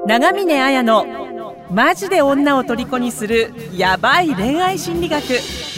長峰綾のマジで女を虜にするヤバい恋愛心理学。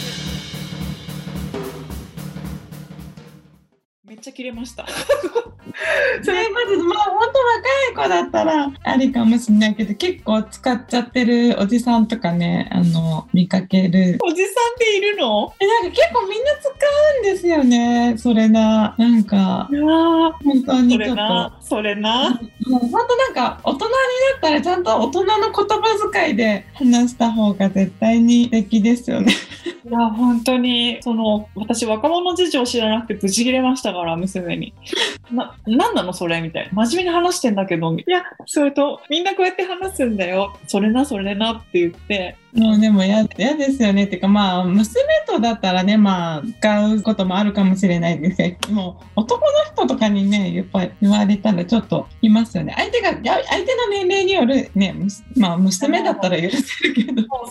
めっちゃ切れましたそれまで、本当若い子だったらありかもしれないけど、結構使っちゃってるおじさんとかね、見かける。 おじさんっているの？ なんか結構みんな使うんですよね。それな、なんか本当にちょっとそれなもう本当なんか大人になったらちゃんと大人の言葉遣いで話した方が絶対に素敵ですよね。 いや本当に私若者事情知らなくてブチ切れましたから、娘になんなのそれみたいな、真面目に話してんだけど、いやそれとみんなこうやって話すんだよ、それなって言って。 もうでも嫌ですよね。っていうか娘とだったらね、使うこともあるかもしれないですけど、もう男の人とかにね、やっぱり言われたらちょっといますよね。相手の年齢によるね、娘だったら許せるけど、 もう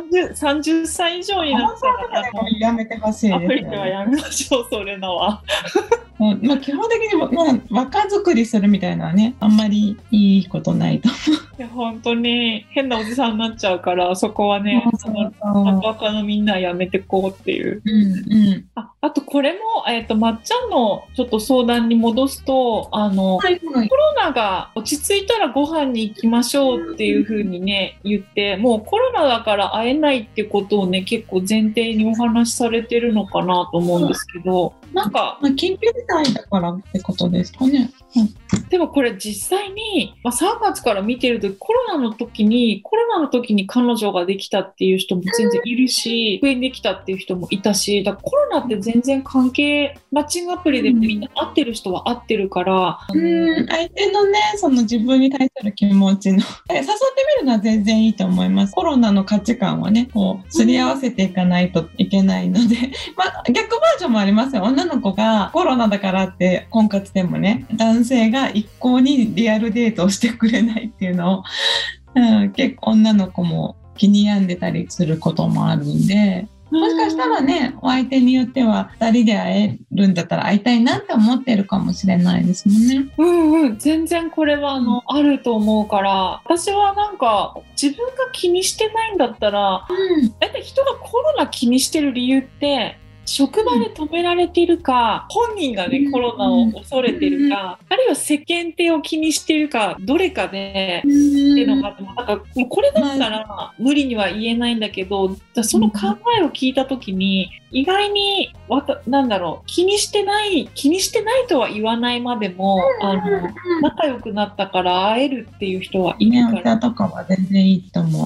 30歳以上になったらやめてほしいですよね。 アプリではやめましょう、それなは。 基本的に若作りするみたいなね、あんまりいいことないと思う。 いや本当に変なおじさんになっちゃうから、そこはね、若のみんなやめてこうっていう。あとこれも、まっちゃんのちょっと相談に戻すと、コロナが落ち着いたらご飯に行きましょうっていう風にね、言って、もうコロナだから会えないってことをね、結構前提にお話しされてるのかなと思うんですけど、なんか、 緊急事態だからってことですかね。 でもこれ実際に、3月から見てるとコロナの時に彼女ができたっていう人も全然いるし、復縁できたっていう人もいたし、だからコロナって全然関係、マッチングアプリでみんな会ってる人は会ってるから、 相手のね、その自分に対する気持ちの誘ってみるのは全然いいと思います。コロナの価値観はね、こうすり合わせていかないといけないので、逆バージョンもありますよ。女の子がコロナだからって婚活でもね、男性が一向にリアルデートをしてくれないっていうのを、結構女の子も気に病んでたりすることもあるんで、もしかしたらね、お相手によっては2人で会えるんだったら会いたいなって思ってるかもしれないですもんね。 全然これはあると思うから、私はなんか自分が気にしてないんだったら、だいたい人がコロナ気にしてる理由って職場で止められているか、本人がねコロナを恐れてるか、あるいは世間体を気にしているか、どれかでっていうのがあって、なんかこれだったら無理には言えないんだけど、その考えを聞いた時に意外に気にしてないとは言わないまでも、仲良くなったから会えるっていう人はいるから、 ね、とかは全然いいと思う。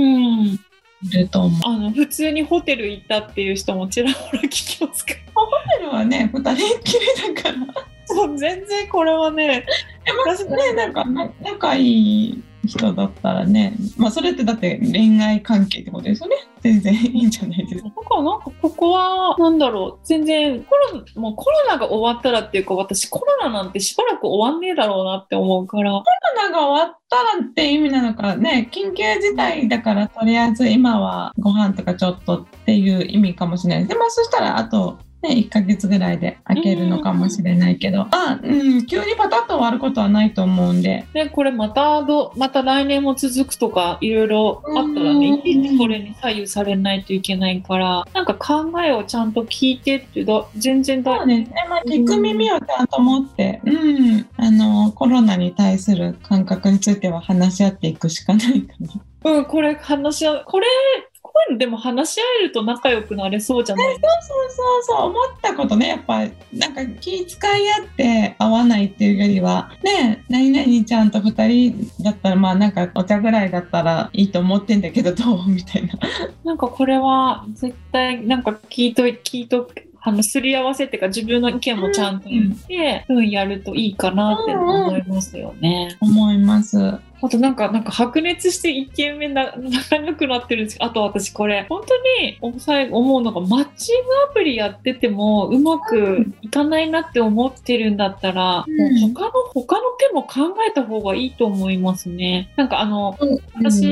普通にホテル行ったっていう人もちらほら聞きますから。 ホテルはね、2人っきりだからそう全然これはね、 なんか仲いい人だったらね、それってだって恋愛関係ってことですよね。全然いいんじゃないですか。 なんかここは全然コロナが終わったらっていうか、私コロナなんてしばらく終わんねえだろうなって思うから。コロナが終わったらって意味なのかね、緊急事態だからとりあえず今はご飯とかちょっとっていう意味かもしれないです。でそしたらあと1ヶ月ぐらいで開けるのかもしれないけど、急にパタッと終わることはないと思うんで、 これまた来年も続くとかいろいろあったらね、これに左右されないといけないから、なんか考えをちゃんと聞いてって全然そうですね、聞く耳をちゃんと持って、コロナに対する感覚については話し合っていくしかないかな。 これでも話し合えると仲良くなれそうじゃないですか。 そう思ったことね、やっぱなんか気遣い合って会わないっていうよりはね、何々ちゃんと2人だったらなんかお茶ぐらいだったらいいと思ってんだけどどうみたいな。 なんかこれは絶対なんか聞いとすり合わせっていうか、自分の意見もちゃんと言って、やるといいかなって思いますよね。 思います。 あとなんか白熱して1件目長くなってるんですけど、あと私これ本当に最後思うのが、マッチングアプリやっててもうまくいかないなって思ってるんだったら、もう他の手も考えた方がいいと思いますね。なんか私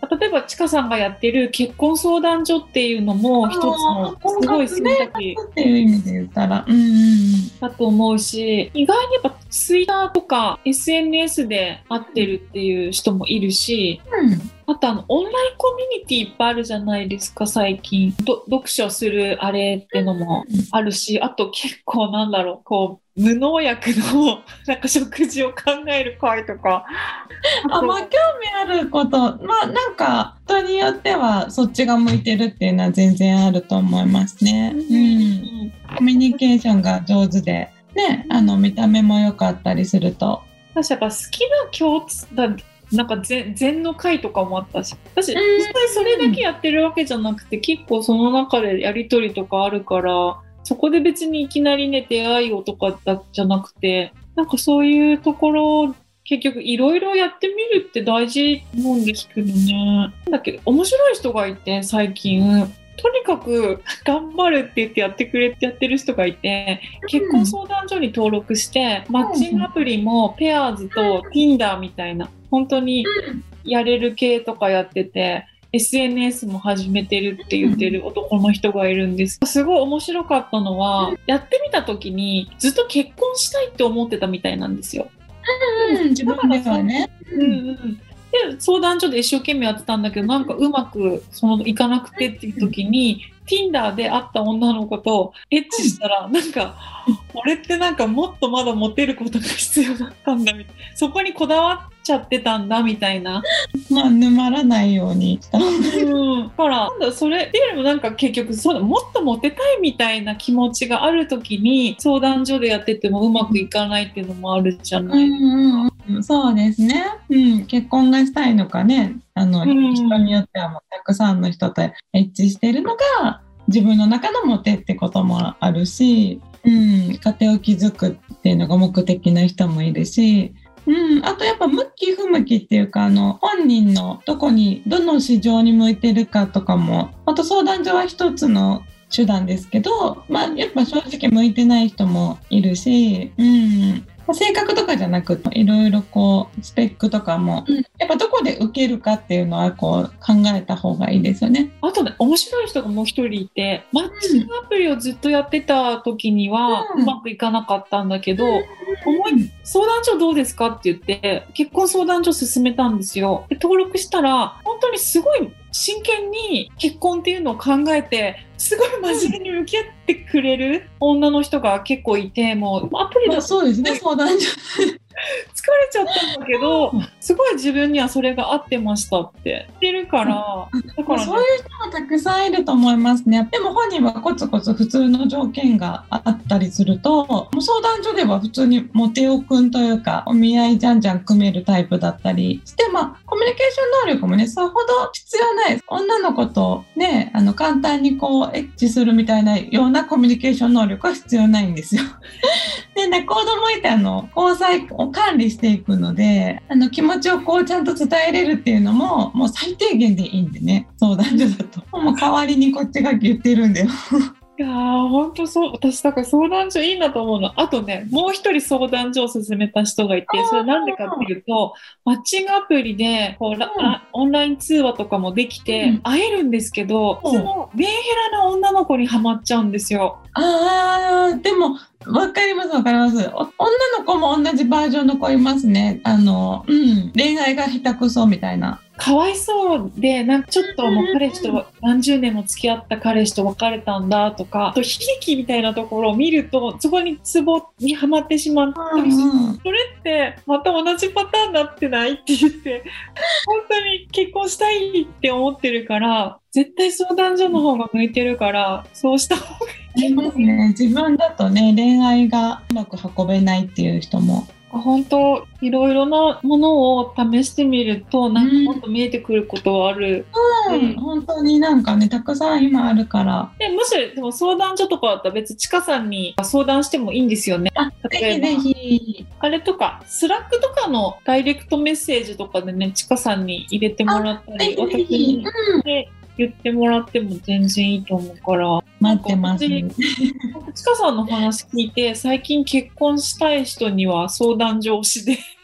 例えばちかさんがやってる結婚相談所っていうのも一つのすごい選択肢っていう意味で言ったら、 だと思うし、意外にやっぱツイッターとか SNS で会ってるっていう人もいるし、あとオンラインコミュニティいっぱいあるじゃないですか、最近。読書するあれってのもあるし、あと結構なんだろう、こう、無農薬のなんか食事を考える会とか。 まあ興味あること、まあなんか人によってはそっちが向いてるっていうのは全然あると思いますね。コミュニケーションが上手で、ね、見た目も良かったりすると。 私やっぱ好きな共通だ。なんか禅の会とかもあったし、私実際それだけやってるわけじゃなくて、結構その中でやり取りとかあるから、そこで別にいきなりね出会いをとかじゃなくて、なんかそういうところ結局いろいろやってみるって大事なんですけどね。だけど面白い人がいて、最近とにかく頑張るって言ってやってる人がいて、結婚相談所に登録して、マッチングアプリもペアーズと Tinder みたいな本当にやれる系とかやってて、SNS も始めてるって言ってる男の人がいるんです。すごい面白かったのは、やってみた時にずっと結婚したいって思ってたみたいなんですよ。 自分ではね。 で相談所で一生懸命やってたんだけど、なんかうまくいかなくてっていう時に、Tinder で会った女の子とエッチしたら、なんか俺ってなんかもっとまだモテることが必要だったんだみたいな、そこにこだわっちゃってたんだみたいな、 まあ沼らないようにした。 だからなんだそれっていうよりも、なんか結局そうだ、もっとモテたいみたいな気持ちがある時に相談所でやっててもうまくいかないっていうのもあるじゃないですか。 そうですね、結婚がしたいのかね、人によってはもうたくさんの人とエッチしてるのが自分の中のモテってこともあるし、家庭を築くっていうのが目的の人もいるし、あとやっぱ向き不向きっていうか、本人のどの市場に向いてるかとかも、あと相談所は一つの手段ですけど、やっぱ正直向いてない人もいるし、性格とかじゃなくていろいろこうスペックとかも、やっぱどこで受けるかっていうのはこう考えた方がいいですよね。 あとね、面白い人がもう一人いて、マッチングアプリをずっとやってた時にはうまくいかなかったんだけど、相談所どうですかって言って結婚相談所進めたんですよ。で登録したら本当にすごい真剣に結婚っていうのを考えて、すごい真面目に向き合ってくれる女の人が結構いて、もうアプリだとそうですね、相談所疲れちゃったんだけど、すごい自分にはそれが合ってましたって言ってるから、だからね、 そういう人もたくさんいると思いますね。でも本人はコツコツ普通の条件があったりすると、もう相談所では普通にモテおくんというか、お見合いじゃんじゃん組めるタイプだったりして、コミュニケーション能力もね、さほど必要ない。女の子とね、簡単にこうエッチするみたいなようなコミュニケーション能力は必要ないんですよ。で、子供いて交際を管理していくので、気持ちをこうちゃんと伝えれるっていうのももう最低限でいいんでね、相談所だと。もう代わりにこっちが言ってるんだよ。 いやー本当そう、私だから相談所いいなと思うの。あとね、もう一人相談所を勧めた人がいて、それなんでかっていうと、マッチングアプリでこう、オンライン通話とかもできて会えるんですけど、そのメンヘラな女の子にハマっちゃうんですよ。 でもわかります。女の子も同じバージョンの子いますね。恋愛が下手くそみたいな。 かわいそうで、なんかちょっともう彼氏と何十年も付き合った彼氏と別れたんだとか、あと悲劇みたいなところを見ると、そこにツボにはまってしまったりして、それってまた同じパターンになってないって言って、本当に結婚したいって思ってるから、絶対相談所の方が向いてるから、そうした方がいいですね。自分だとね、恋愛がうまく運べないっていう人も。 本当いろいろなものを試してみると、なんかもっと見えてくることはある。 本当になんかね、たくさん今あるから。 でもしでも相談所とかだったら別にちかさんに相談してもいいんですよね。 例えばぜひあれとかスラックとかのダイレクトメッセージとかでね、ちかさんに入れてもらったり、私に言ってもらっても全然いいと思うから。 待ってます。 ちかさんの話聞いて、最近結婚したい人には相談所推しで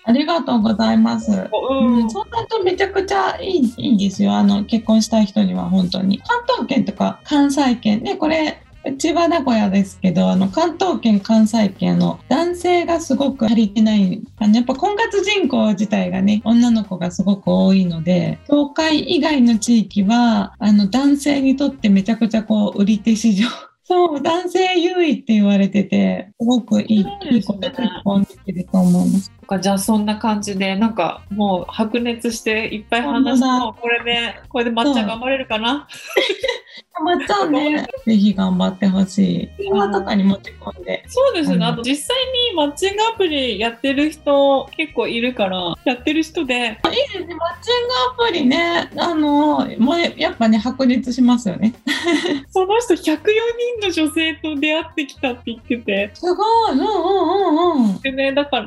ありがとうございます。 うん、 相談とめちゃくちゃいいですよ。結婚したい人には本当に。関東圏とか関西圏ね、これ、うちは名古屋ですけど、関東圏、関西圏の男性がすごく足りてない。やっぱ婚活人口自体がね、女の子がすごく多いので、東海以外の地域は、男性にとってめちゃくちゃ売り手市場。そう、男性優位って言われてて、すごくいいこと結婚できると思います。 じゃあそんな感じで、なんかもう白熱していっぱい話すの、これでまっちゃん頑張れるかな。 まっちゃんね、ぜひ頑張ってほしい。電話とかに持ち込んで。 そうですね。あと実際にマッチングアプリやってる人結構いるから、やってる人で。いいですね。マッチングアプリね、もうやっぱね、白熱しますよね。 その人104人の女性と出会ってきたって言ってて。 すごい。 でね、だから、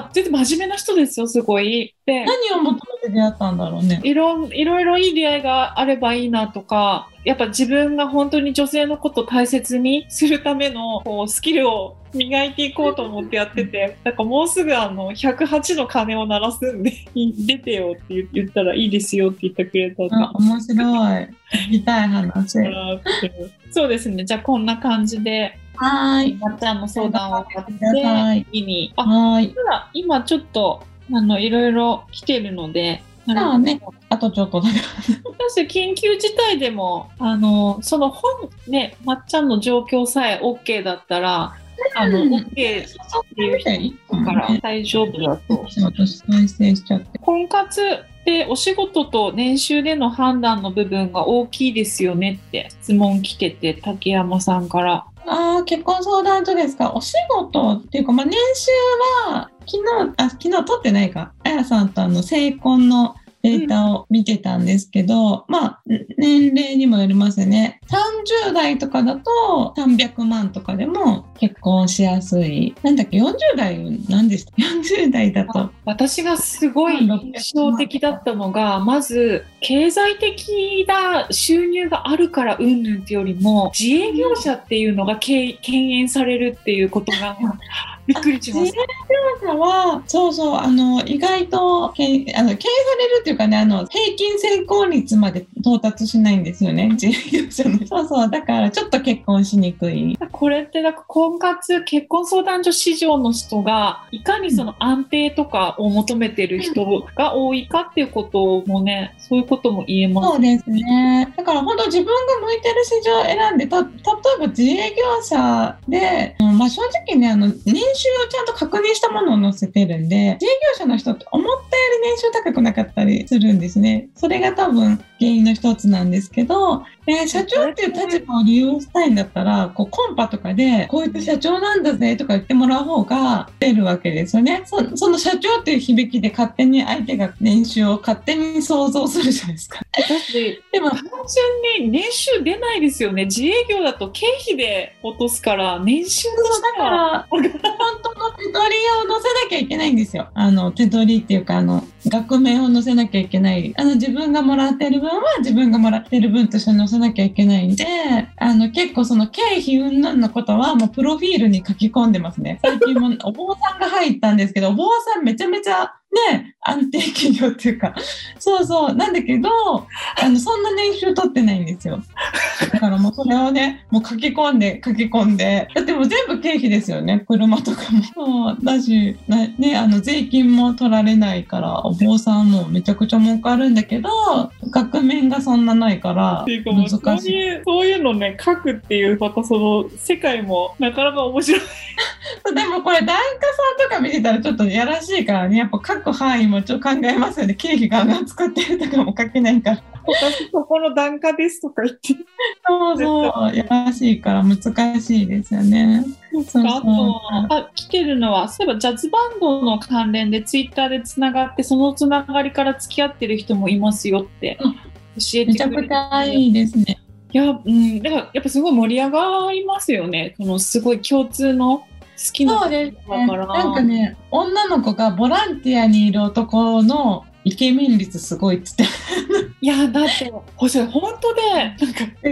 全然真面目な人ですよ、すごい。で、 何を求めて出会ったんだろうね。 いろいろいい出会いがあればいいなとか、やっぱ自分が本当に女性のことを大切にするためのスキルを磨いていこうと思ってやってて、なんかもうすぐ108の鐘を鳴らすんで出てよって言ったらいいですよって言ってくれた。 面白い。見たい話。 そうですね。じゃあこんな感じで。 はい。 まっちゃんの相談を終わって次に。 はい。 ただ今ちょっといろいろ来てるので。 ね、あとちょっとだけ。 私緊急事態でもその本ね、まっちゃんの状況さえ OK だったらOK っていう人から大丈夫だと。 私再生しちゃって。 婚活でお仕事と年収での判断の部分が大きいですよねって質問来てて、竹山さんから。 結婚相談所ですか。お仕事っていうか、年収は昨日取ってないか。あやさんと成婚のデータを見てたんですけど、年齢にもよりますね。30代とかだと300万とかでも結婚しやすい。なんだっけ、40代なんでした ?40 代だと。 私がすごい印象的だったのが、まず経済的な収入があるからうんぬんっていうよりも、自営業者っていうのが敬遠されるっていうことがびっくりしました。 自営業者は、意外と敬遠されるっていうかね、平均成功率まで到達しないんですよね、自営業者の。だからちょっと結婚しにくい。 これってなんか婚活、結婚相談所市場の人がいかにその安定とかを求めてる人が多いかっていうこともね、そういうことも言えます。 そうですね。だから本当自分が向いてる市場を選んで、例えば自営業者で、正直ね、年収をちゃんと確認したものを載せてるんで、自営業者の人って思ったより年収高くなかったりするんですね。それが多分原因の一つなんですけど、社長っていう立場を利用したいんだったら、コンパとかでこういった社長なんだぜとか言ってもらう方が出るわけですよね。その社長っていう響きで勝手に相手が年収を勝手に想像するじゃないですか。 でも単純に年収出ないですよね。自営業だと経費で落とすから年収としては本当の手取りを載せなきゃいけないんですよ。手取りっていうか額面を載せなきゃいけない。自分がもらってる分は自分がもらってる分として載せなきゃいけないんで、結構その経費云々のことはもうプロフィールに書き込んでますね。最近もお坊さんが入ったんですけど、お坊さんめちゃめちゃね、安定企業っていうか、なんだけど、そんな年収取ってないんですよ。だからもうそれをね、もう書き込んで、だってもう全部経費ですよね、車とかも。だし、税金も取られないから、お坊さんもめちゃくちゃ儲かるんだけど、額面がそんなないから難しい。 そういうのね、書くっていう、またその世界もなかなか面白い。 でもこれ、檀家さんとか見てたらちょっとやらしいからね、やっぱ書く範囲もちょっと考えますよね。経費ガンガン使ってるとかも書けないから。 私そこの檀家ですとか言って。 やらしいから難しいですよね。 あと来てるのは、そういえばジャズバンドの関連でツイッターでつながって、そのつながりから付き合ってる人もいますよって教えてくれて。 めちゃくちゃいいですね。 だからやっぱすごい盛り上がりますよね。このすごい共通の好きなそうですね。なんかね、女の子がボランティアにいる男のイケメン率すごいっつって。 いやだって本当でなんか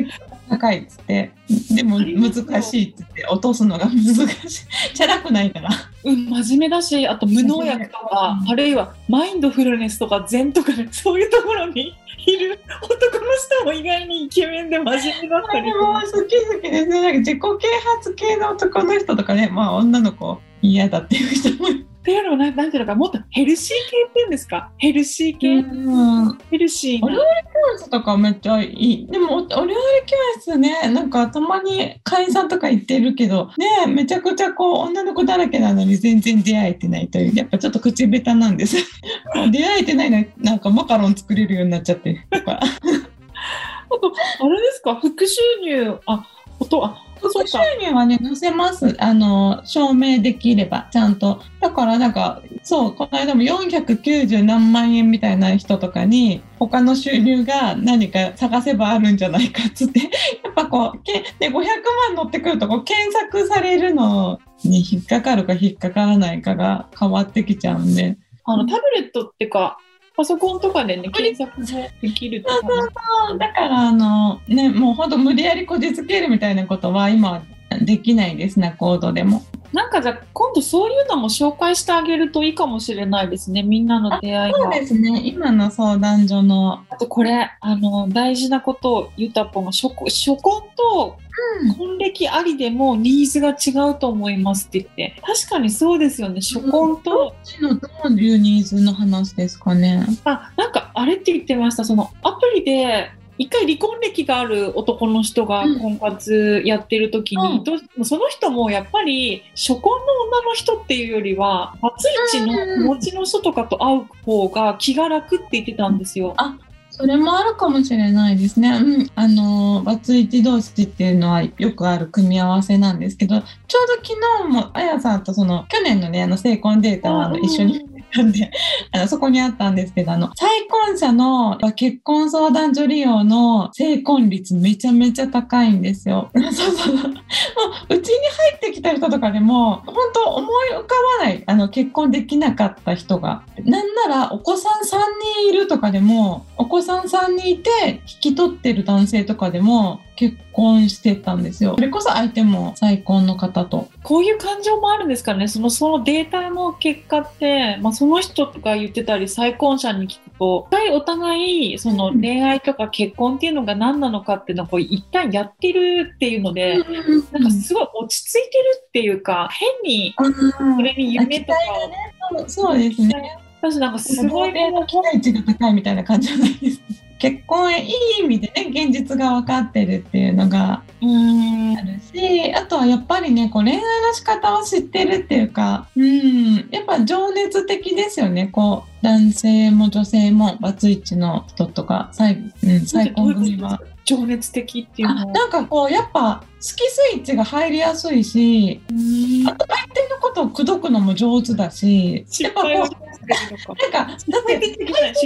高いっつって、でも難しいっつって落とすのが難しい。チャラくないから。 真面目だし、あと無農薬とか、あるいはマインドフルネスとか禅とか、ね、そういうところにいる男の人も意外にイケメンで真面目だったり。 でも好きですね。なんか自己啓発系の男の人とかね、まあ女の子嫌だっていう人もいる。 っていうのもなんていうのか、もっとヘルシー系っていうんですか、ヘルシー系、ヘルシーな。 お料理教室とかめっちゃいい。でもお料理教室ね、なんかたまに会員さんとか行ってるけどね、めちゃくちゃこう女の子だらけなのに全然出会えてないという、やっぱちょっと口下手なんです出会えてないのになんかマカロン作れるようになっちゃってとかあとあれですか、副収入、 副収入はね、載せます。証明できれば、ちゃんと。だからなんか、そう、この間も490何万円みたいな人とかに、他の収入が何か探せばあるんじゃないかっつって、やっぱこう、500万乗ってくると、こう、検索されるのに引っかかるか引っかからないかが変わってきちゃうんで。 タブレットってか、パソコンとかでね、検索もできるとか、ね。 そうだからね、もうほんと無理やりこじつけるみたいなことは今はできないですね、コードでも。 なんかじゃあ今度そういうのも紹介してあげるといいかもしれないですね、みんなの出会いが。 そうですね、今の相談所の。 あとこれ大事なことをゆたぽんが初婚と婚歴ありでもニーズが違うと思いますって言って、確かにそうですよね。初婚と、 どっちのどういうニーズの話ですかね。 なんかあれって言ってました。そのアプリで一回離婚歴がある男の人が婚活やってる時に、その人もやっぱり初婚の女の人っていうよりはバツイチの気持ちの人とかと会う方が気が楽って言ってたんですよ。 それもあるかもしれないですね。バツイチ同士っていうのはよくある組み合わせなんですけど、ちょうど昨日もあやさんと去年のね、成婚データを一緒になんでそこにあったんですけど、再婚者の結婚相談所利用の成婚率めちゃめちゃ高いんですよ。もううちに入ってきた人とかでも本当思い浮かばない、結婚できなかった人が、なんならお子さん3人いるとかでも、お子さん3人いて引き取ってる男性とかでも結婚してたんですよ。それこそ相手も再婚の方と。 こういう感情もあるんですかね。そのデータの結果って、その人が言ってたり再婚者に聞くと、お互いその恋愛とか結婚っていうのが何なのかっていうのを一旦やってるっていうので、なんかすごい落ち着いてるっていうか、変にそれに夢とかを、そうですね。 私なんかすごい期待値が高いみたいな感じじゃないですか。結婚いい意味でね、現実が分かってるっていうのがあるし、あとはやっぱりね、恋愛の仕方を知ってるっていうか、やっぱ情熱的ですよね。男性も女性もバツイチの人とか再婚組は情熱的っていうのなんかやっぱ好きスイッチが入りやすいし、あと相手のことを口説くのも上手だし、やっぱなんかだって相談所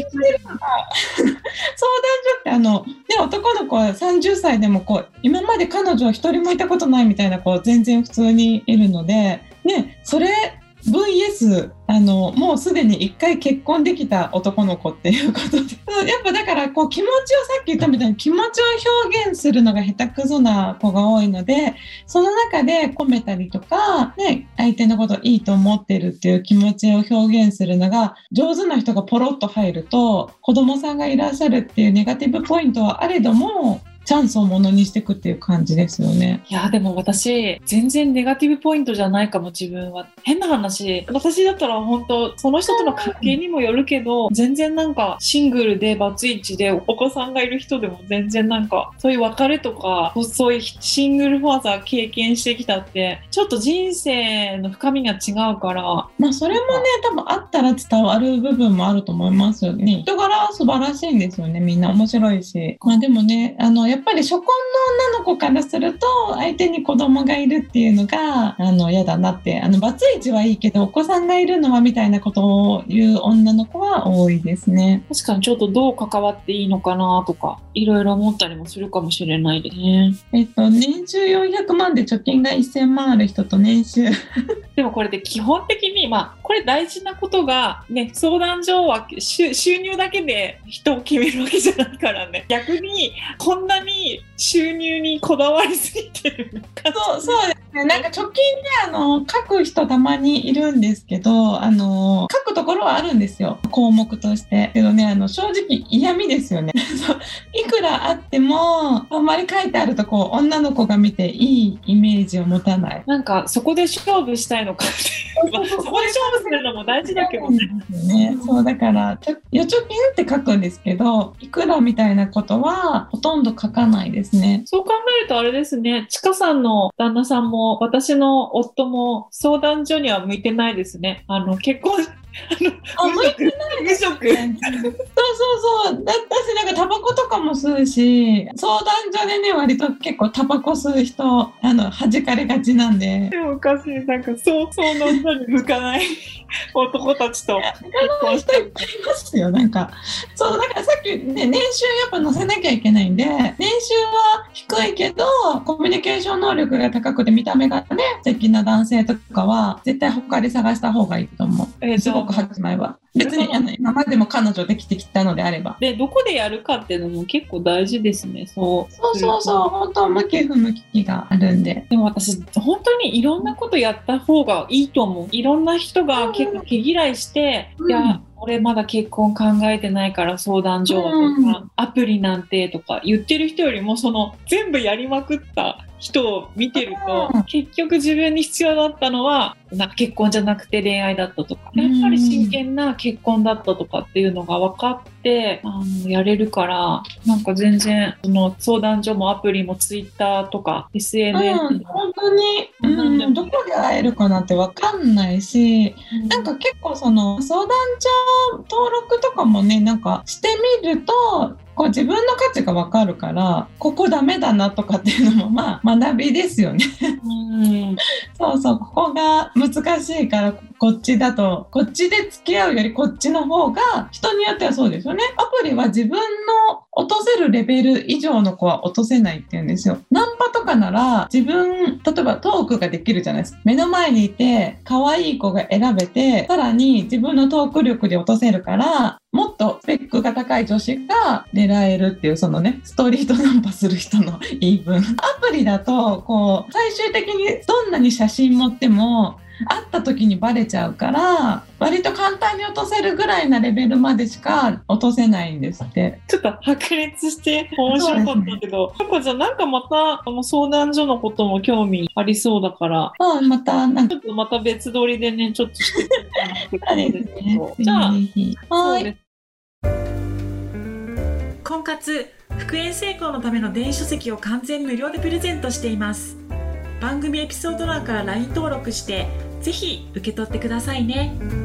って男の子は30歳でも今まで彼女は一人もいたことないみたいな全然普通にいるので、ね、それ VS もうすでに1回結婚できた男の子っていうことで、やっぱだから気持ちをさっき言ったみたいに気持ちを表現するのが下手くそな子が多いので、その中で込めたりとか、ね、相手のことをいいと思ってるっていう気持ちを表現するのが上手な人がポロッと入ると、子供さんがいらっしゃるっていうネガティブポイントはあれどもチャンスをものにしていくっていう感じですよね。 いやでも私全然ネガティブポイントじゃないかも。自分は変な話、私だったら本当その人との関係にもよるけど、全然なんかシングルでバツイチでお子さんがいる人でも全然なんかそういう別れとかそういうシングルファーザー経験してきたってちょっと人生の深みが違うから、 それもね多分あったら伝わる部分もあると思いますよね。人柄は素晴らしいんですよね。みんな面白いし、でもねやっぱり初婚の女の子からすると相手に子供がいるっていうのが嫌だなって、バツイチはいいけどお子さんがいるのはみたいなことを言う女の子は多いですね。 確かにちょっとどう関わっていいのかなとかいろいろ思ったりもするかもしれないですね。 年収400万で貯金が1000万ある人と年収でもこれで基本的にこれ大事なことがね、相談所は収入だけで人を決めるわけじゃないからね。逆にこんなにに収入にこだわりすぎてる感じ。 そうですね。なんか貯金で書く人たまにいるんですけど、書くところはあるんですよ。項目として。けどね、正直嫌味ですよね。そういくらあっても、あんまり書いてあるとこう、女の子が見ていいイメージを持たない。 なんかそこで勝負したいのかっていう。そこで勝負するのも大事だけどね。 そうだから預貯金って書くんですけど、いくらみたいなことはほとんど書かないですね。 そう考えるとあれですね、ちかさんの旦那さんも私の夫も相談所には向いてないですね。結婚無職。そうそうそう。私なんかタバコとかも吸うし、相談所でね、割と結構タバコ吸う人、弾かれがちなんで。 でもおかしい、なんか相談所に向かない男たちと結婚してる。 いますよ、なんか。そう、だからさっきね、年収やっぱ載せなきゃいけないんで、年収は低いけど、コミュニケーション能力が高くて見た目がね、素敵な男性とかは、絶対他で探した方がいいと思う。すごく8枚は。別に今までも彼女できてきたのであれば。 で、どこでやるかっていうのも結構大事ですね。そう、 本当向き不向きがあるんで。 でも私、本当にいろんなことやった方がいいと思う。いろんな人が結構毛嫌いして、いや、俺まだ結婚考えてないから相談所とか、アプリなんてとか言ってる人よりも、全部やりまくった人を見てると、結局自分に必要だったのはなんか結婚じゃなくて恋愛だったとか、やっぱり真剣な結婚だったとかっていうのが分かってやれるから、なんか全然相談所もアプリもツイッターとか SNS も、 本当に、どこで会えるかなって分かんないし、なんか結構相談所登録とかもね、なんかしてみるとこう自分の価値が分かるから、ここダメだなとかっていうのもまあ学びですよね。そうそう、ここが難しいからこっちだと、こっちで付き合うよりこっちの方が、人によってはそうですよね。アプリは自分の落とせるレベル以上の子は落とせないって言うんですよ。ナンパとかなら例えばトークができるじゃないですか。目の前にいて可愛い子が選べて、さらに自分のトーク力で落とせるから、もっとスペックが高い女子が狙えるっていう、ストリートナンパする人の言い分。アプリだとこう最終的にどんなに写真持っても会った時にバレちゃうから、割と簡単に落とせるぐらいなレベルまでしか落とせないんですって。 ちょっと白熱して面白かったけど、じゃあなんかまた相談所のことも興味ありそうだから、 またなんかちょっとまた別撮りでね、ちょっとしてみたいなってことですけど。じゃあ、 はい。 婚活復縁成功のための電子書籍を完全無料でプレゼントしています。番組エピソード欄から LINE 登録してぜひ受け取ってくださいね。